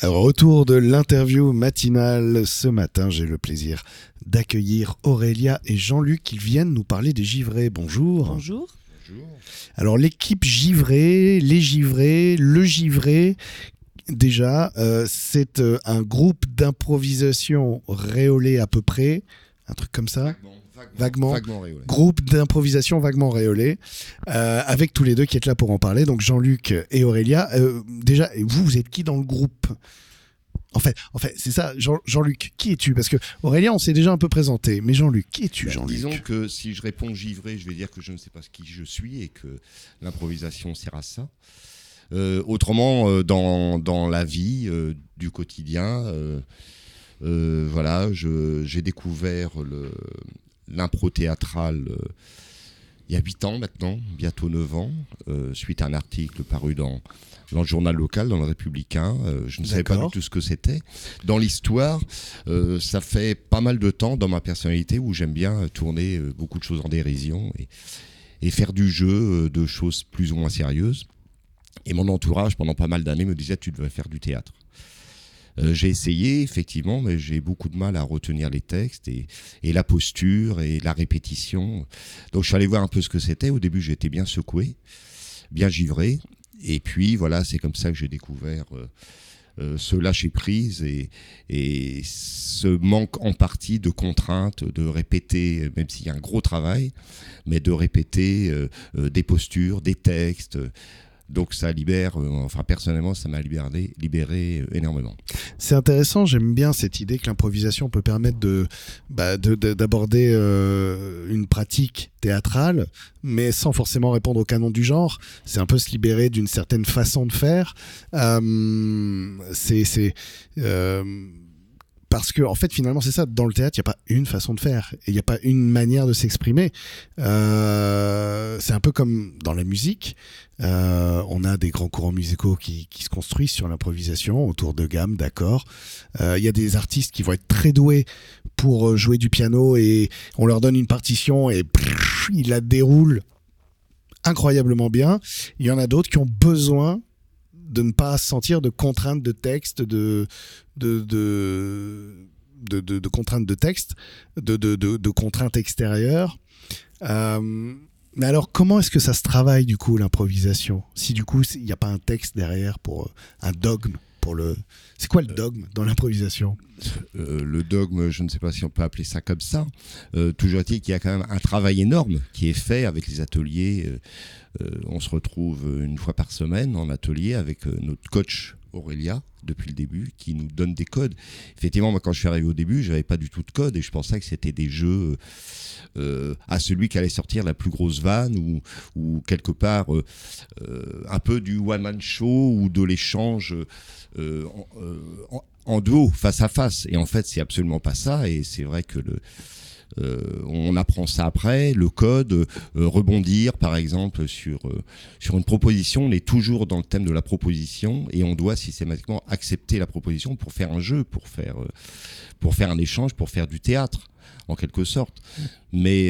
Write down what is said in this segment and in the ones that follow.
Retour de l'interview matinale. Ce matin, j'ai le plaisir d'accueillir Aurélia et Jean-Luc qui viennent nous parler des givrés. Bonjour. Bonjour. Alors l'équipe givrée, les givrés, le givré, déjà, c'est un groupe d'improvisation réolé à peu près, un truc comme ça. Vaguement réolé. Groupe d'improvisation vaguement réolé, avec tous les deux qui êtes là pour en parler, donc Jean-Luc et Aurélia. Déjà, vous êtes qui dans le groupe ? En fait, c'est ça, Jean-Luc, qui es-tu ? Parce que Aurélien, on s'est déjà un peu présenté, mais Jean-Luc, qui es-tu, Jean-Luc ? Disons que si je réponds givré, je vais dire que je ne sais pas qui je suis et que l'improvisation sert à ça. Autrement, dans la vie du quotidien, voilà, j'ai découvert l'impro théâtrale il y a 8 ans maintenant, bientôt 9 ans, suite à un article paru dans le journal local, dans le Républicain. Je ne savais pas du tout ce que c'était. Dans l'histoire, ça fait pas mal de temps dans ma personnalité où j'aime bien tourner beaucoup de choses en dérision et faire du jeu de choses plus ou moins sérieuses. Et mon entourage, pendant pas mal d'années, me disait « tu devrais faire du théâtre ». J'ai essayé, effectivement, mais j'ai beaucoup de mal à retenir les textes et la posture et la répétition. Donc je suis allé voir un peu ce que c'était. Au début, j'étais bien secoué, bien givré. Et puis, voilà, c'est comme ça que j'ai découvert ce lâcher-prise et ce manque en partie de contraintes, de répéter, même s'il y a un gros travail, mais de répéter des postures, des textes. Donc ça libère, personnellement, ça m'a libéré énormément. C'est intéressant, j'aime bien cette idée que l'improvisation peut permettre d'aborder une pratique théâtrale, mais sans forcément répondre au canon du genre. C'est un peu se libérer d'une certaine façon de faire. Parce que, en fait, finalement, c'est ça. Dans le théâtre, il n'y a pas une façon de faire. Et il n'y a pas une manière de s'exprimer. C'est un peu comme dans la musique. On a des grands courants musicaux qui se construisent sur l'improvisation, autour de gammes, d'accords. Il y a des artistes qui vont être très doués pour jouer du piano et on leur donne une partition et ils la déroulent incroyablement bien. Il y en a d'autres qui ont besoin de ne pas sentir de contraintes de texte, de contraintes de texte, de contraintes extérieures. Mais alors, comment est-ce que ça se travaille, du coup, l'improvisation ? Si, du coup, il n'y a pas un texte derrière pour un dogme C'est quoi le dogme dans l'improvisation ? Le dogme, je ne sais pas si on peut appeler ça comme ça. Toujours est-il qu'il y a quand même un travail énorme qui est fait avec les ateliers. On se retrouve une fois par semaine en atelier avec notre coach Aurélia, depuis le début, qui nous donne des codes. Effectivement, moi, quand je suis arrivé au début, je n'avais pas du tout de code et je pensais que c'était des jeux à celui qui allait sortir la plus grosse vanne ou quelque part un peu du one-man show ou de l'échange en duo, face à face. Et en fait, c'est absolument pas ça. Et c'est vrai que on apprend ça après, le code, rebondir par exemple sur une proposition. On est toujours dans le thème de la proposition et on doit systématiquement accepter la proposition pour faire un jeu, pour faire un échange, pour faire du théâtre en quelque sorte. Mais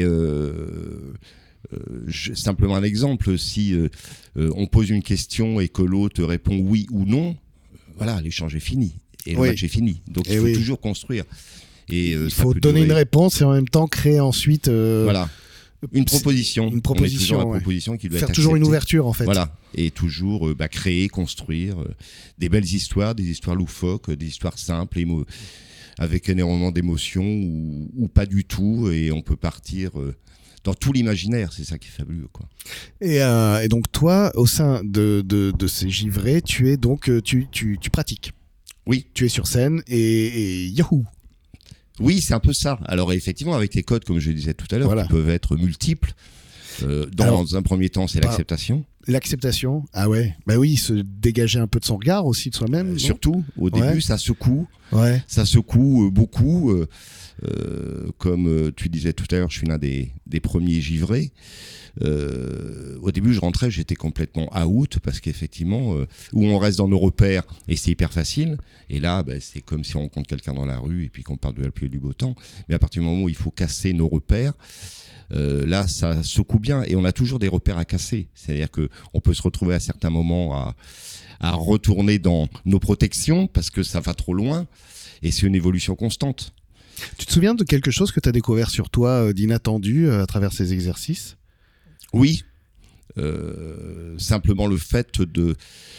simplement un exemple, si on pose une question et que l'autre répond oui ou non, voilà, l'échange est fini et le match est fini. Donc il faut toujours construire. Et il faut donner une réponse et en même temps créer ensuite voilà une proposition. Une proposition, la proposition qui doit faire être toujours acceptée. Une ouverture en fait. Voilà, et toujours créer, construire des belles histoires, des histoires loufoques, des histoires simples, avec énormément d'émotions ou pas du tout, et on peut partir dans tout l'imaginaire, c'est ça qui est fabuleux, quoi. Et donc toi, au sein de ces givrés, tu es donc tu pratiques. Oui. Tu es sur scène et yahoo. Oui, c'est un peu ça. Alors effectivement, avec les codes, comme je le disais tout à l'heure, qui peuvent être multiples. Dans un premier temps, c'est l'acceptation. L'acceptation, ah ouais, bah oui, se dégager un peu de son regard aussi, de soi-même. Surtout, au début, ça secoue. Ouais. Ça secoue beaucoup. Comme tu disais tout à l'heure, je suis l'un des premiers givrés. Au début, je rentrais, j'étais complètement out parce qu'effectivement, où on reste dans nos repères et c'est hyper facile. Et là, c'est comme si on rencontre quelqu'un dans la rue et puis qu'on parle de la pluie et du beau temps. Mais à partir du moment où il faut casser nos repères, là, ça secoue bien et on a toujours des repères à casser. C'est-à-dire qu'on peut se retrouver à certains moments à retourner dans nos protections parce que ça va trop loin. Et c'est une évolution constante. Tu te souviens de quelque chose que tu as découvert sur toi d'inattendu à travers ces exercices ? Oui. Simplement le fait de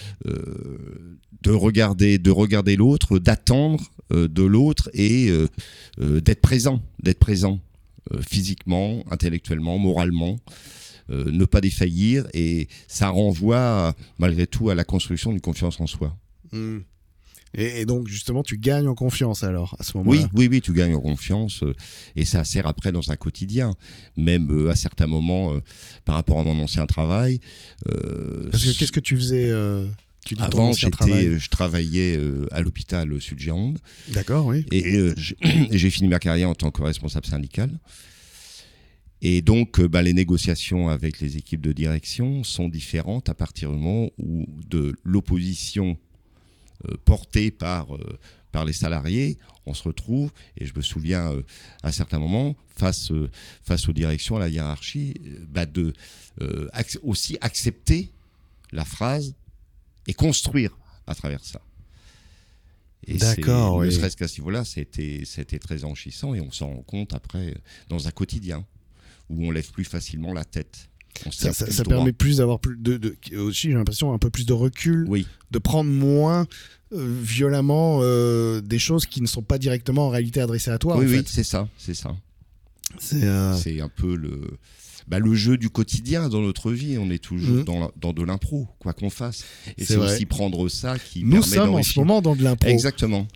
regarder l'autre, d'attendre de l'autre et d'être présent physiquement, intellectuellement, moralement, ne pas défaillir, et ça renvoie malgré tout à la construction d'une confiance en soi. Et donc justement tu gagnes en confiance alors à ce moment-là. Oui, tu gagnes en confiance et ça sert après dans un quotidien, même à certains moments par rapport à mon ancien travail. Parce que qu'est-ce que tu faisais tu dis avant, travail. je travaillais à l'hôpital Sud-Gironde. D'accord, oui. Et j'ai fini ma carrière en tant que responsable syndical. Et donc, les négociations avec les équipes de direction sont différentes à partir du moment où de l'opposition portée par les salariés, on se retrouve, et je me souviens à certains moments, face aux directions, à la hiérarchie, aussi accepter la phrase et construire à travers ça. Et d'accord, ne serait-ce qu'à ce niveau-là, c'était très enrichissant, et on s'en rend compte après dans un quotidien où on lève plus facilement la tête. Ça permet plus d'avoir plus aussi, j'ai l'impression, un peu plus de recul, de prendre moins violemment des choses qui ne sont pas directement en réalité adressées à toi. Oui, c'est ça. C'est un peu le jeu du quotidien dans notre vie. On est toujours dans de l'impro, quoi qu'on fasse. Et c'est aussi prendre ça qui permet d'enrichir. Nous sommes en ce moment dans de l'impro. Exactement.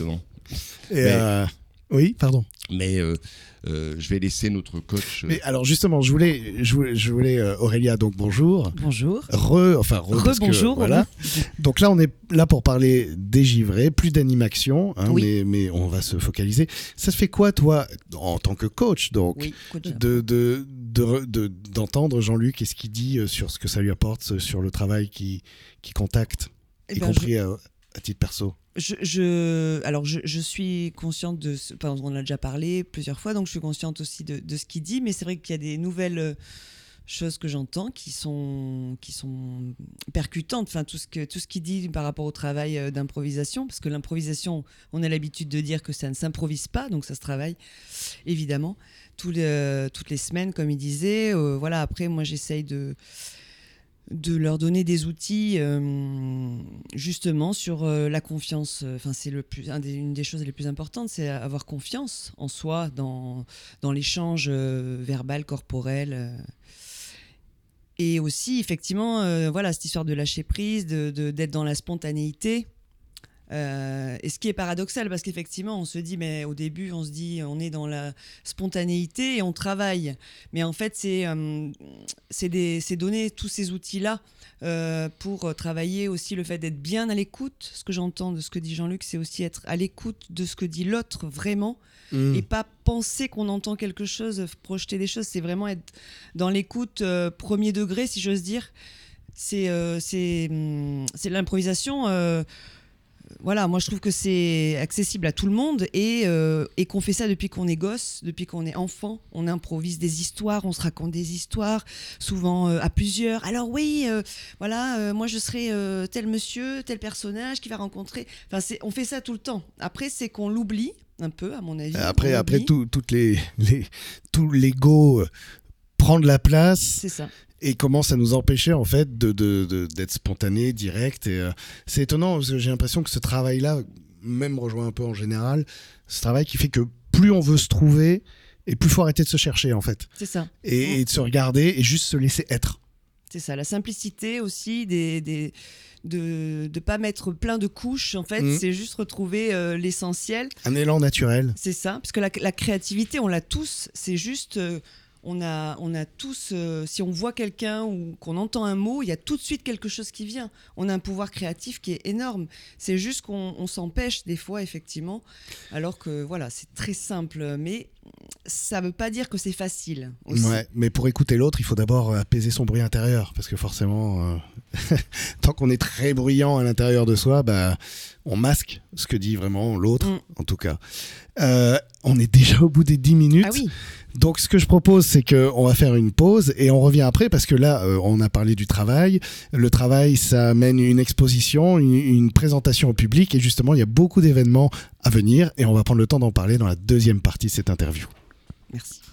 Et oui, pardon. Mais je vais laisser notre coach. Mais alors justement, je voulais Aurélia, donc bonjour. Bonjour. Bonjour. Voilà. Donc là, on est là pour parler des givrés, plus d'animation, hein, mais on va se focaliser. Ça te fait quoi, toi, en tant que coach, donc, coach, d'entendre Jean-Luc et ce qu'il dit sur ce que ça lui apporte, sur le travail qu'il contacte, y compris à titre perso? Alors je suis consciente de ce, on en a déjà parlé plusieurs fois, donc je suis consciente aussi de ce qu'il dit, mais c'est vrai qu'il y a des nouvelles choses que j'entends qui sont percutantes, enfin tout ce qu'il dit par rapport au travail d'improvisation, parce que l'improvisation, on a l'habitude de dire que ça ne s'improvise pas, donc ça se travaille évidemment toutes les semaines, comme il disait. Voilà, après moi j'essaye de leur donner des outils justement sur la confiance. Enfin, c'est une des choses les plus importantes, c'est avoir confiance en soi dans l'échange verbal, corporel. Et aussi, effectivement, cette histoire de lâcher prise, d'être dans la spontanéité. Et ce qui est paradoxal, parce qu'effectivement on se dit, mais au début on se dit on est dans la spontanéité et on travaille, mais en fait c'est donner tous ces outils là pour travailler aussi le fait d'être bien à l'écoute. Ce que j'entends de ce que dit Jean-Luc, c'est aussi être à l'écoute de ce que dit l'autre vraiment, et pas penser qu'on entend quelque chose, projeter des choses. C'est vraiment être dans l'écoute premier degré, si j'ose dire. C'est l'improvisation. Voilà, moi je trouve que c'est accessible à tout le monde, et qu'on fait ça depuis qu'on est gosse, depuis qu'on est enfant. On improvise des histoires, on se raconte des histoires, souvent à plusieurs. Alors oui, moi je serai tel monsieur, tel personnage qui va rencontrer. Enfin, on fait ça tout le temps. Après, c'est qu'on l'oublie un peu, à mon avis. Après tout l'ego prend de la place. C'est ça. Et commence à nous empêcher en fait d'être spontané, direct. Et c'est étonnant parce que j'ai l'impression que ce travail-là, même rejoint un peu en général, ce travail qui fait que plus on veut se trouver et plus il faut arrêter de se chercher en fait. C'est ça. Et de se regarder et juste se laisser être. C'est ça, la simplicité aussi de pas mettre plein de couches en fait. C'est juste retrouver l'essentiel. Un élan naturel. C'est ça, parce que la créativité, on l'a tous. C'est juste on a tous, si on voit quelqu'un ou qu'on entend un mot, il y a tout de suite quelque chose qui vient. On a un pouvoir créatif qui est énorme. C'est juste qu'on s'empêche des fois, effectivement, alors que voilà, c'est très simple. Mais ça veut pas dire que c'est facile aussi. Ouais, mais pour écouter l'autre, il faut d'abord apaiser son bruit intérieur, parce que forcément, tant qu'on est très bruyant à l'intérieur de soi, bah, on masque ce que dit vraiment l'autre, en tout cas. On est déjà au bout des 10 minutes. Ah oui. Donc, ce que je propose, c'est qu'on va faire une pause et on revient après, parce que là, on a parlé du travail. Le travail, ça amène une exposition, une présentation au public, et justement, il y a beaucoup d'événements à venir, et on va prendre le temps d'en parler dans la deuxième partie de cette interview. Merci.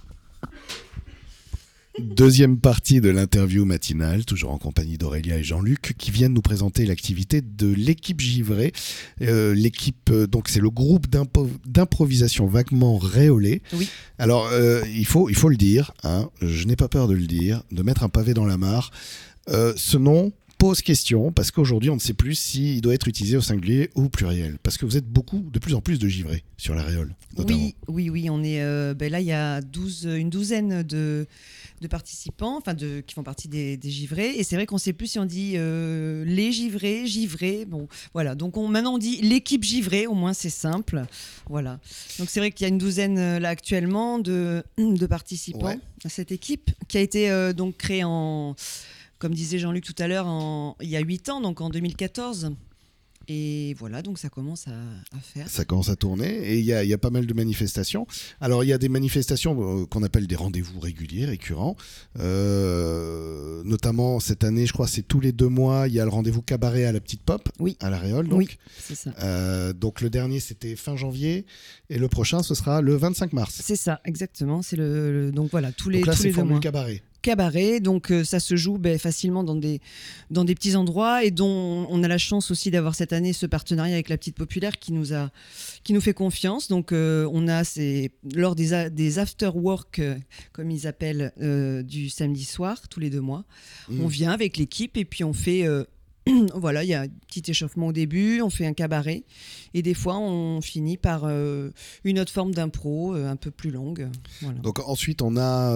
Deuxième partie de l'interview matinale, toujours en compagnie d'Aurélia et Jean-Luc, qui viennent nous présenter l'activité de l'équipe Givré. L'équipe, donc c'est le groupe d'improvisation vaguement réolé. Oui. Alors, il faut le dire, hein, je n'ai pas peur de le dire, de mettre un pavé dans la mare. Ce nom pose question, parce qu'aujourd'hui, on ne sait plus s'il doit être utilisé au singulier ou au pluriel. Parce que vous êtes de plus en plus de givrés sur la Réole, notamment. Oui, on est, là, il y a une douzaine de participants, qui font partie des givrés. Et c'est vrai qu'on ne sait plus si on dit les givrés. Bon, voilà. Donc maintenant, on dit l'équipe givrée, au moins c'est simple. Voilà. Donc c'est vrai qu'il y a une douzaine là actuellement de participants à cette équipe qui a été donc créée comme disait Jean-Luc tout à l'heure, il y a 8 ans, donc en 2014. Et voilà, donc ça commence à faire. Ça commence à tourner, et il y a pas mal de manifestations. Alors, il y a des manifestations qu'on appelle des rendez-vous réguliers, récurrents. Notamment, cette année, je crois, c'est tous les 2 mois, il y a le rendez-vous cabaret à la Petite Pop, à la Réole. Donc. Oui, c'est ça. Donc, le dernier, c'était fin janvier, et le prochain, ce sera le 25 mars. C'est ça, exactement. C'est donc voilà, tous les donc là, tous c'est les 2 mois. Cabaret, donc ça se joue facilement dans des petits endroits, et dont on a la chance aussi d'avoir cette année ce partenariat avec la Petite Populaire qui nous fait confiance. Donc on a lors des after work comme ils appellent du samedi soir tous les 2 mois, on vient avec l'équipe et puis on fait voilà, il y a un petit échauffement au début, on fait un cabaret, et des fois on finit par une autre forme d'impro un peu plus longue. Voilà. Donc ensuite on a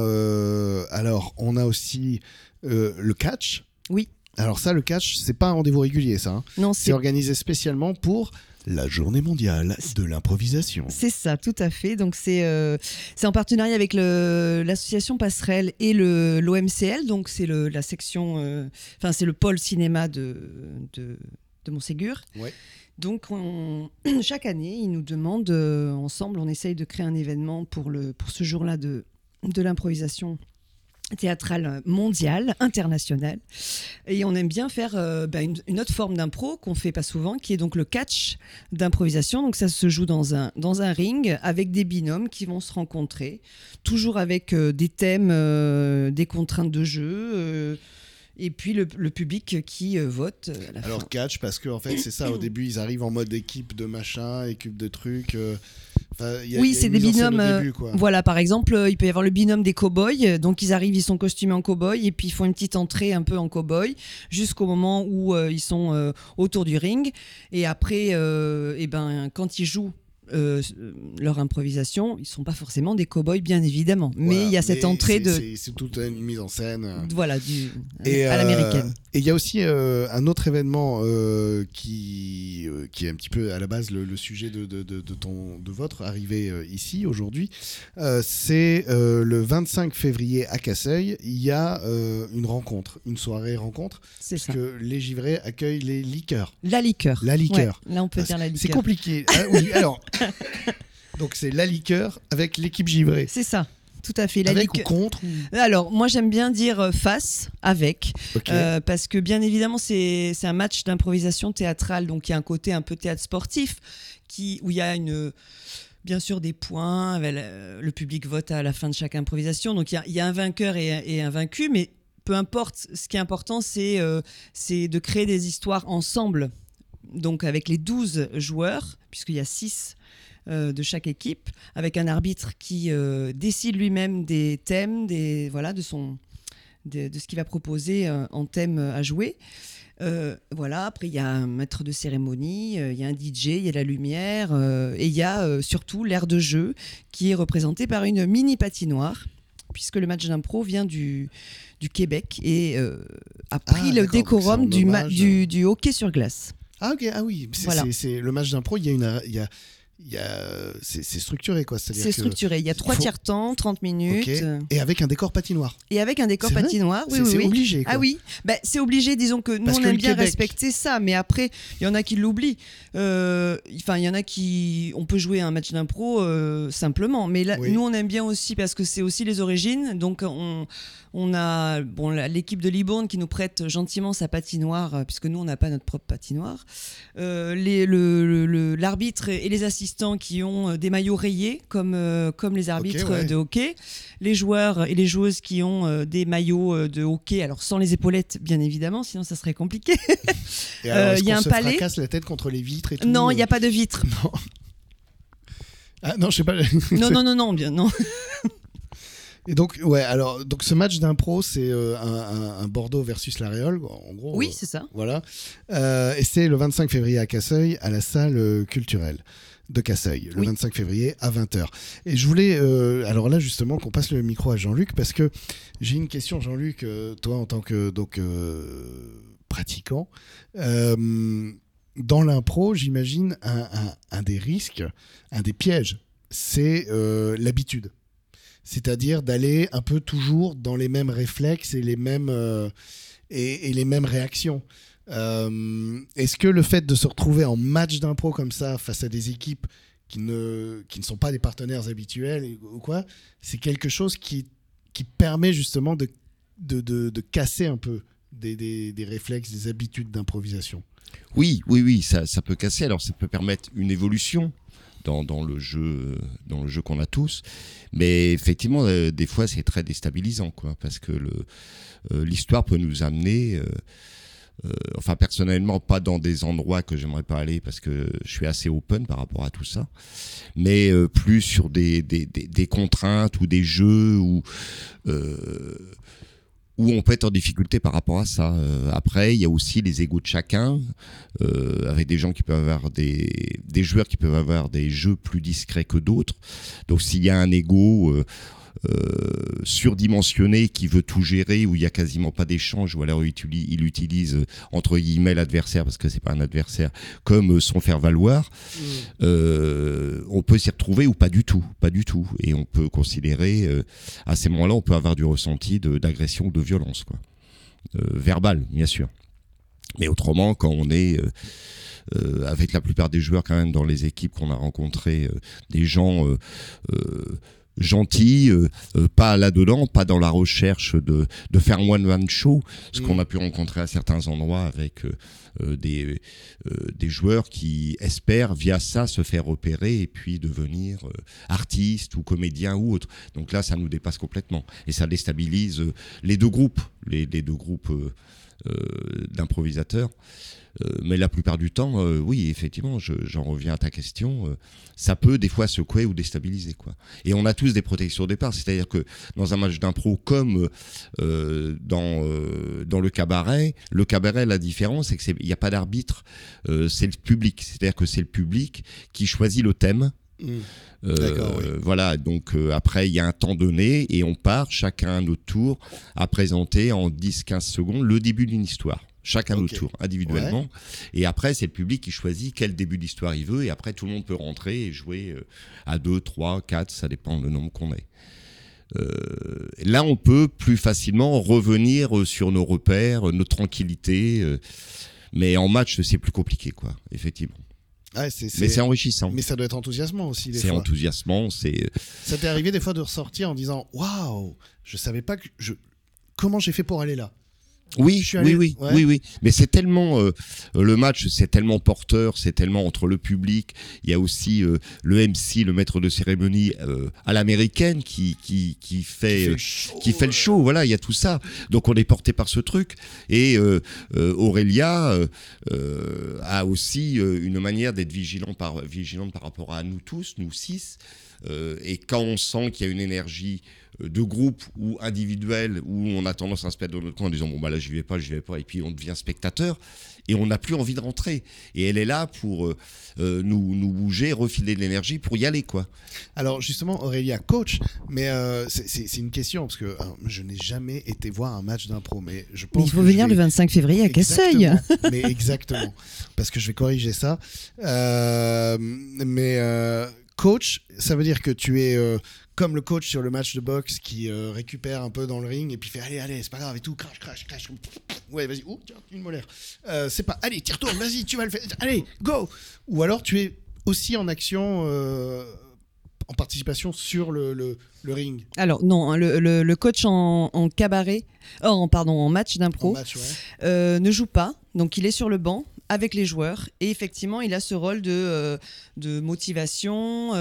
aussi le catch. Oui. Alors ça, le catch, c'est pas un rendez-vous régulier, ça. Hein. Non, c'est organisé spécialement pour la Journée mondiale de l'improvisation. C'est ça, tout à fait. Donc c'est en partenariat avec l'association Passerelle et l'OMCL. Donc c'est la section, c'est le pôle cinéma de Montségur. Ouais. Donc chaque année, ils nous demandent ensemble, on essaye de créer un événement pour ce jour-là de l'improvisation théâtrale mondiale, internationale. Et on aime bien faire une autre forme d'impro qu'on fait pas souvent, qui est donc le catch d'improvisation. Donc ça se joue dans un ring avec des binômes qui vont se rencontrer, toujours avec des thèmes, des contraintes de jeu, et puis le public qui vote à la fin. Alors catch, parce que en fait c'est ça, au début ils arrivent en mode équipe de machin, équipe de trucs. C'est des binômes. Début, voilà, par exemple, il peut y avoir le binôme des cow-boys. Donc ils arrivent, ils sont costumés en cow-boy, et puis ils font une petite entrée un peu en cow-boy jusqu'au moment où ils sont autour du ring. Et après, quand ils jouent leur improvisation, ils sont pas forcément des cow-boys, bien évidemment, mais il y a cette entrée c'est toute une mise en scène, voilà, à l'américaine. Et il y a aussi un autre événement qui est un petit peu à la base le sujet de votre arrivée ici aujourd'hui. C'est le 25 février à Casseuil, il y a une soirée rencontre, c'est parce ça. que les givrés accueillent les liqueurs. La liqueur. Ouais, là on peut dire la liqueur. C'est compliqué. Oui, alors donc c'est la liqueur avec l'équipe givrée. C'est ça. Tout à fait. Avec ou contre Alors, moi, j'aime bien dire face, avec, okay. Parce que, bien évidemment, c'est un match d'improvisation théâtrale, donc il y a un côté un peu théâtre sportif, où il y a bien sûr des points, le public vote à la fin de chaque improvisation, donc il y a un vainqueur et un vaincu, mais peu importe, ce qui est important, c'est de créer des histoires ensemble, donc avec les 12 joueurs, puisqu'il y a 6 de chaque équipe, avec un arbitre qui décide lui-même des thèmes, de ce qu'il va proposer en thème à jouer. Après il y a un maître de cérémonie, il y a un DJ, il y a la lumière, et il y a surtout l'aire de jeu qui est représentée par une mini patinoire, puisque le match d'impro vient du Québec et a pris le décorum du hockey sur glace. Ah ok, ah oui, voilà. C'est le match d'impro, il y a c'est structuré, quoi. C'est-à-dire C'est que structuré. Il y a 3 tiers-temps, 30 minutes. Ok. Et avec un décor patinoire. Et avec un décor C'est vrai patinoire. Oui, C'est oui. obligé, quoi. Ah oui, c'est obligé, disons que nous Parce on que aime le bien Québec- respecter ça, mais après il y en a qui l'oublient. Enfin, il y en a on peut jouer un match d'impro simplement, mais là, Oui. nous on aime bien aussi parce que c'est aussi les origines. Donc on a l'équipe de Libourne qui nous prête gentiment sa patinoire, puisque nous on n'a pas notre propre patinoire. L'arbitre et les assistants qui ont des maillots rayés comme les arbitres ouais. de hockey, les joueurs et les joueuses qui ont des maillots de hockey, alors sans les épaulettes bien évidemment, sinon ça serait compliqué. Et alors, est-ce y a qu'on un se palais. fracasse la tête contre les vitres et tout Non, il n'y a pas de vitre. Non. Ah non, je sais pas. non, bien non. Et donc, donc ce match d'impro, c'est un Bordeaux versus la Réole, en gros. Oui, c'est ça. Voilà. Et c'est le 25 février à Casseuil, à la salle culturelle de Casseuil, le 25 février à 20h. Et je voulais, alors là, justement, qu'on passe le micro à Jean-Luc, parce que j'ai une question, Jean-Luc, toi, en tant que pratiquant. Dans l'impro, j'imagine, un des risques, un des pièges, c'est l'habitude. C'est-à-dire d'aller un peu toujours dans les mêmes réflexes et les mêmes réactions. Est-ce que le fait de se retrouver en match d'impro comme ça face à des équipes qui ne sont pas des partenaires habituels ou quoi, c'est quelque chose qui permet justement de casser un peu des réflexes, des habitudes d'improvisation? Oui, ça peut casser. Alors ça peut permettre une évolution dans le jeu qu'on a tous, mais effectivement des fois c'est très déstabilisant, quoi, parce que l'histoire peut nous amener enfin personnellement pas dans des endroits que j'aimerais pas aller parce que je suis assez open par rapport à tout ça, mais plus sur des contraintes ou des jeux où on peut être en difficulté par rapport à ça. Après, il y a aussi les égos de chacun, avec des gens qui peuvent avoir des joueurs qui peuvent avoir des jeux plus discrets que d'autres. Donc s'il y a un égo surdimensionné qui veut tout gérer, où il y a quasiment pas d'échange, ou alors il utilise entre guillemets l'adversaire, parce que c'est pas un adversaire, comme son faire valoir, on peut s'y retrouver ou pas du tout, et on peut considérer à ces moments-là on peut avoir du ressenti d'agression ou de violence, quoi, verbale bien sûr, mais autrement quand on est avec la plupart des joueurs quand même dans les équipes qu'on a rencontrées, des gens gentil, pas là-dedans, pas dans la recherche de faire un one-man show, ce qu'on a pu rencontrer à certains endroits avec des joueurs qui espèrent via ça se faire repérer et puis devenir artiste ou comédien ou autre. Donc là, ça nous dépasse complètement et ça déstabilise les deux groupes, les deux groupes d'improvisateurs. Mais la plupart du temps, oui, effectivement, j'en reviens à ta question, ça peut des fois secouer ou déstabiliser, quoi. Et on a tous des protections au départ, c'est-à-dire que dans un match d'impro comme dans le cabaret, la différence, c'est qu'il n'y a pas d'arbitre, c'est le public, c'est-à-dire que c'est le public qui choisit le thème. D'accord, oui. Voilà, donc après il y a un temps donné et on part chacun à notre tour à présenter en 10-15 secondes le début d'une histoire. Chacun notre tour, individuellement. Ouais. Et après, c'est le public qui choisit quel début d'histoire il veut. Et après, tout le monde peut rentrer et jouer à 2, 3, 4, ça dépend du nombre qu'on est. Là, on peut plus facilement revenir sur nos repères, notre tranquillité. Mais en match, c'est plus compliqué, quoi, effectivement. Ouais, mais c'est enrichissant. Mais ça doit être enthousiasmant aussi, des fois. C'est enthousiasmant. Ça t'est arrivé des fois de ressortir en disant « Waouh, je savais pas comment j'ai fait pour aller là ?» Oui. Mais c'est tellement le match, c'est tellement porteur, c'est tellement entre le public. Il y a aussi le MC, le maître de cérémonie à l'américaine qui fait le show. Voilà, il y a tout ça. Donc on est porté par ce truc. Et Aurélia a aussi une manière d'être vigilante par rapport à nous tous, nous 6. Et quand on sent qu'il y a une énergie de groupe ou individuelle où on a tendance à se perdre dans notre coin en disant bon bah là je vais pas. Et puis on devient spectateur et on n'a plus envie de rentrer. Et elle est là pour nous bouger, refiler de l'énergie pour y aller, quoi. Alors justement, Aurélia, coach, mais c'est une question, parce que je n'ai jamais été voir un match d'impro, mais je pense il faut venir le 25 février à Casseuil. Mais exactement, parce que je vais corriger ça. Coach, ça veut dire que tu es comme le coach sur le match de boxe qui récupère un peu dans le ring et puis fait allez, c'est pas grave et tout, crash. Ouais, vas-y, tiens, une molaire. C'est pas, allez, tire-toi, vas-y, tu vas le faire, allez, go. Ou alors tu es aussi en action, en participation sur le ring. Alors non, le coach en cabaret, en match d'impro, ne joue pas, donc il est sur le banc avec les joueurs et effectivement il a ce rôle de motivation,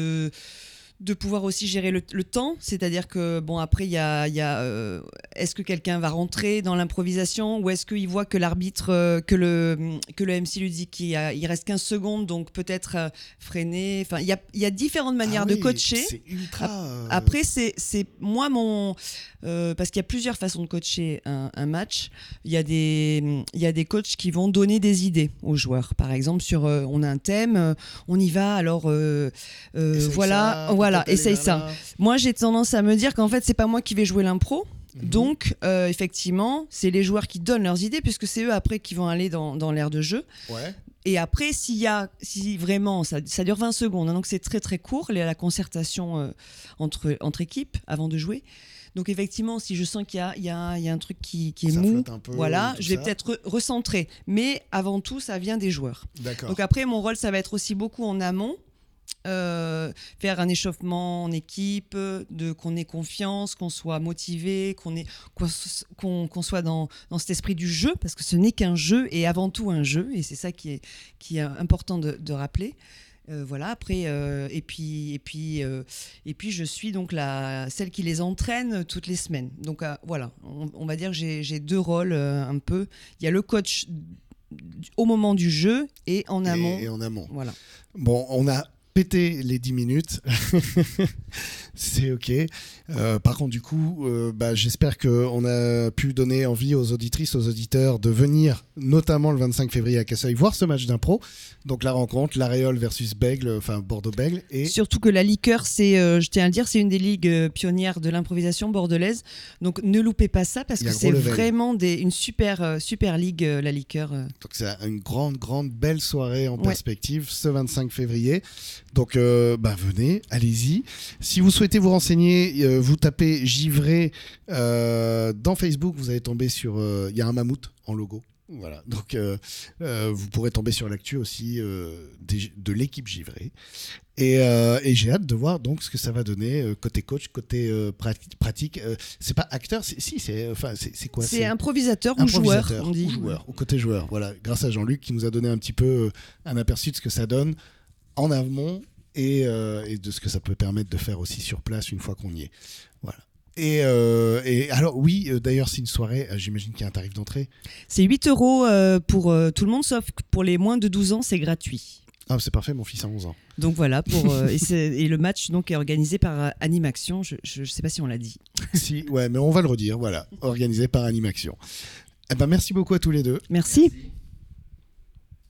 de pouvoir aussi gérer le temps, c'est-à-dire que bon, après il y a est-ce que quelqu'un va rentrer dans l'improvisation ou est-ce qu'il voit que l'arbitre que le MC lui dit il reste 15 secondes, donc peut-être freiner, enfin il y a différentes manières de coacher. C'est ultra après c'est moi parce qu'il y a plusieurs façons de coacher un match. Il y a des coachs qui vont donner des idées aux joueurs, par exemple sur on a un thème, on y va, alors voilà, essaye ça. Moi, j'ai tendance à me dire qu'en fait, c'est pas moi qui vais jouer l'impro. Donc, effectivement, c'est les joueurs qui donnent leurs idées, puisque c'est eux après qui vont aller dans l'aire de jeu. Ouais. Et après, si vraiment, ça dure 20 secondes, hein, donc c'est très très court, la concertation entre équipes avant de jouer. Donc effectivement, si je sens qu'il y a un truc qui est mou, voilà, je vais peut-être recentrer. Mais avant tout, ça vient des joueurs. D'accord. Donc après, mon rôle, ça va être aussi beaucoup en amont. Faire un échauffement en équipe, qu'on ait confiance, qu'on soit motivé, qu'on soit dans cet esprit du jeu, parce que ce n'est qu'un jeu et avant tout un jeu, et c'est ça qui est important de rappeler. Voilà, après et puis je suis donc celle qui les entraîne toutes les semaines. Donc voilà, on va dire que j'ai deux rôles un peu. Il y a le coach au moment du jeu et en amont. Et en amont. Voilà. Bon, on a pété les 10 minutes. C'est ok. Par contre, du coup, j'espère qu'on a pu donner envie aux auditrices, aux auditeurs de venir, notamment le 25 février à Casseuil, voir ce match d'impro. Donc la rencontre, l'Aréole versus Bègle, enfin Bordeaux-Bègle. Et surtout que la Liqueur, je tiens à le dire, c'est une des ligues pionnières de l'improvisation bordelaise. Donc ne loupez pas ça, parce que c'est vraiment une super ligue, la Liqueur. Donc c'est une grande belle soirée en perspective ce 25 février. Donc venez, allez-y. Si vous souhaitez vous renseigner, vous tapez Givré dans Facebook, vous allez tomber sur... Il y a un mammouth en logo. Voilà. Donc vous pourrez tomber sur l'actu aussi de l'équipe Givré. Et j'ai hâte de voir donc ce que ça va donner côté coach, côté pratique. C'est pas acteur, c'est quoi? C'est improvisateur ou joueur, on dit. Ou côté joueur. Voilà. Grâce à Jean-Luc qui nous a donné un petit peu un aperçu de ce que ça donne en amont et de ce que ça peut permettre de faire aussi sur place une fois qu'on y est. Voilà. Et alors oui, d'ailleurs c'est une soirée, j'imagine qu'il y a un tarif d'entrée. C'est 8 € pour tout le monde, sauf que pour les moins de 12 ans, c'est gratuit. Ah, c'est parfait, mon fils a 11 ans. Donc voilà, et le match donc, est organisé par Animaction, je ne sais pas si on l'a dit. Si, ouais, mais on va le redire, voilà, organisé par Animaction. Eh ben, merci beaucoup à tous les deux. Merci.